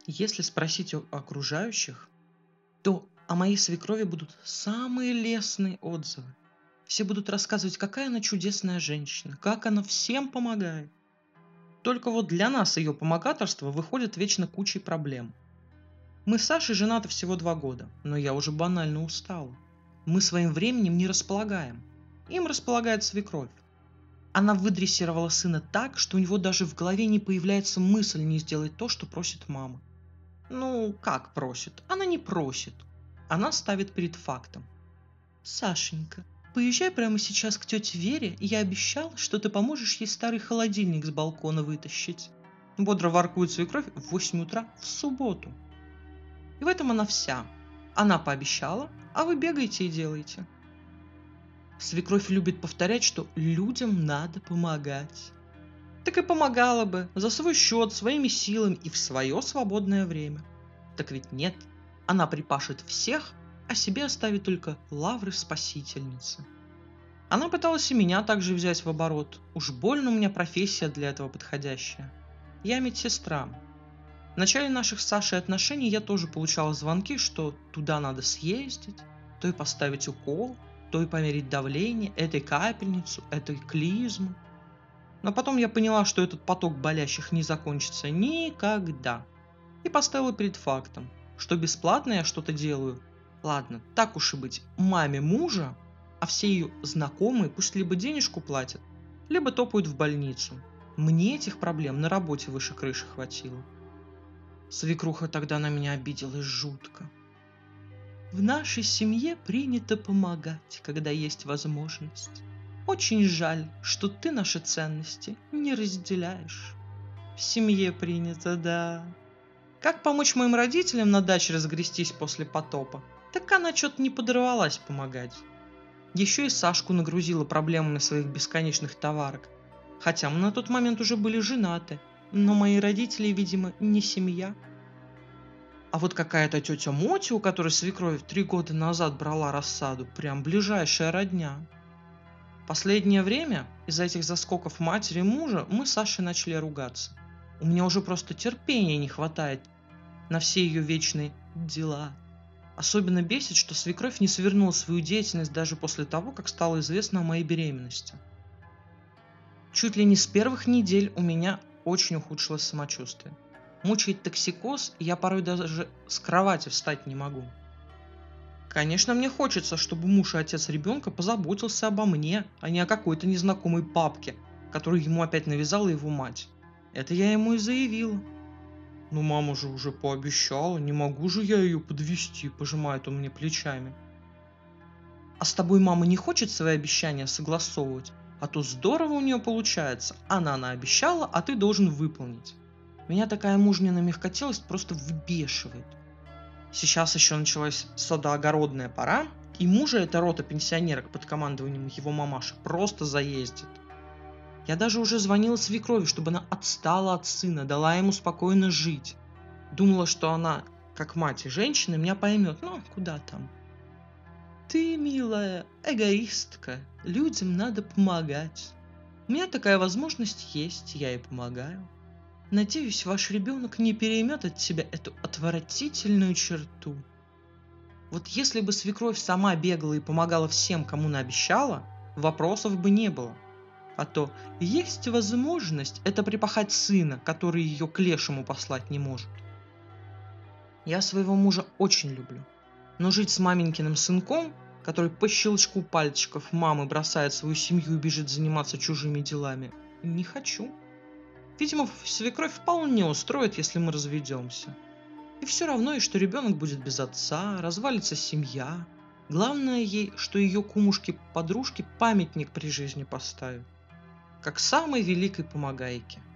Если спросить у окружающих, то о моей свекрови будут самые лестные отзывы. Все будут рассказывать, какая она чудесная женщина, как она всем помогает. Только вот для нас ее помогаторство выходит вечно кучей проблем. Мы с Сашей женаты всего 2 года, но я уже банально устала. Мы своим временем не располагаем. Им располагает свекровь. Она выдрессировала сына так, что у него даже в голове не появляется мысль не сделать то, что просит мама. Ну, как просит? Она не просит. Она ставит перед фактом. Сашенька, поезжай прямо сейчас к тете Вере, и я обещал, что ты поможешь ей старый холодильник с балкона вытащить. Бодро воркует свекровь в 8 утра в субботу. И в этом она вся. Она пообещала, а вы бегаете и делаете. Свекровь любит повторять, что людям надо помогать. Так и помогала бы за свой счет, своими силами и в свое свободное время. Так ведь нет, она припашет всех, а себе оставит только лавры спасительницы. Она пыталась и меня также взять в оборот. Уж больно у меня профессия для этого подходящая. Я медсестра. В начале наших с Сашей отношений я тоже получала звонки, что туда надо съездить, то и поставить укол, то и померить давление, этой капельницу, этой клизму. Но потом я поняла, что этот поток болящих не закончится никогда. И поставила перед фактом, что бесплатно я что-то делаю. Ладно, так уж и быть, маме мужа, а все ее знакомые пусть либо денежку платят, либо топают в больницу. Мне этих проблем на работе выше крыши хватило. Свекруха тогда на меня обиделась жутко. В нашей семье принято помогать, когда есть возможность. Очень жаль, что ты наши ценности не разделяешь. В семье принято, да. Как помочь моим родителям на даче разгрестись после потопа? Так она что-то не подорвалась помогать. Еще и Сашку нагрузила проблемами своих бесконечных товарок. Хотя мы на тот момент уже были женаты, но мои родители, видимо, не семья. А вот какая-то тетя Мотя, у которой свекровь 3 года назад брала рассаду, прям ближайшая родня. Последнее время из-за этих заскоков матери и мужа мы с Сашей начали ругаться. У меня уже просто терпения не хватает на все ее вечные дела. Особенно бесит, что свекровь не свернула свою деятельность даже после того, как стало известно о моей беременности. Чуть ли не с первых недель у меня очень ухудшилось самочувствие. Мучает токсикоз, и я порой даже с кровати встать не могу. Конечно, мне хочется, чтобы муж и отец ребенка позаботился обо мне, а не о какой-то незнакомой папке, которую ему опять навязала его мать. Это я ему и заявила. Но мама же уже пообещала, не могу же я ее подвести, пожимает он мне плечами. А с тобой мама не хочет свои обещания согласовывать, а то здорово у нее получается. Она наобещала, а ты должен выполнить. Меня такая мужнина мягкотелость просто выбешивает. Сейчас еще началась садоогородная пора, и мужа эта рота пенсионерок под командованием его мамаши просто заездит. Я даже уже звонила свекрови, чтобы она отстала от сына, дала ему спокойно жить. Думала, что она, как мать и женщина, меня поймет, но куда там. Ты, милая, эгоистка, людям надо помогать. У меня такая возможность есть, я и помогаю. Надеюсь, ваш ребенок не переймет от тебя эту отвратительную черту. Вот если бы свекровь сама бегала и помогала всем, кому наобещала, вопросов бы не было. А то есть возможность это припахать сына, который ее к лешему послать не может. Я своего мужа очень люблю, но жить с маменькиным сынком, который по щелчку пальчиков мамы бросает свою семью и бежит заниматься чужими делами, не хочу. Видимо, свекровь вполне устроит, если мы разведемся. И все равно, и что ребенок будет без отца, развалится семья. Главное ей, что ее кумушке-подружке памятник при жизни поставят. Как самой великой помогайке.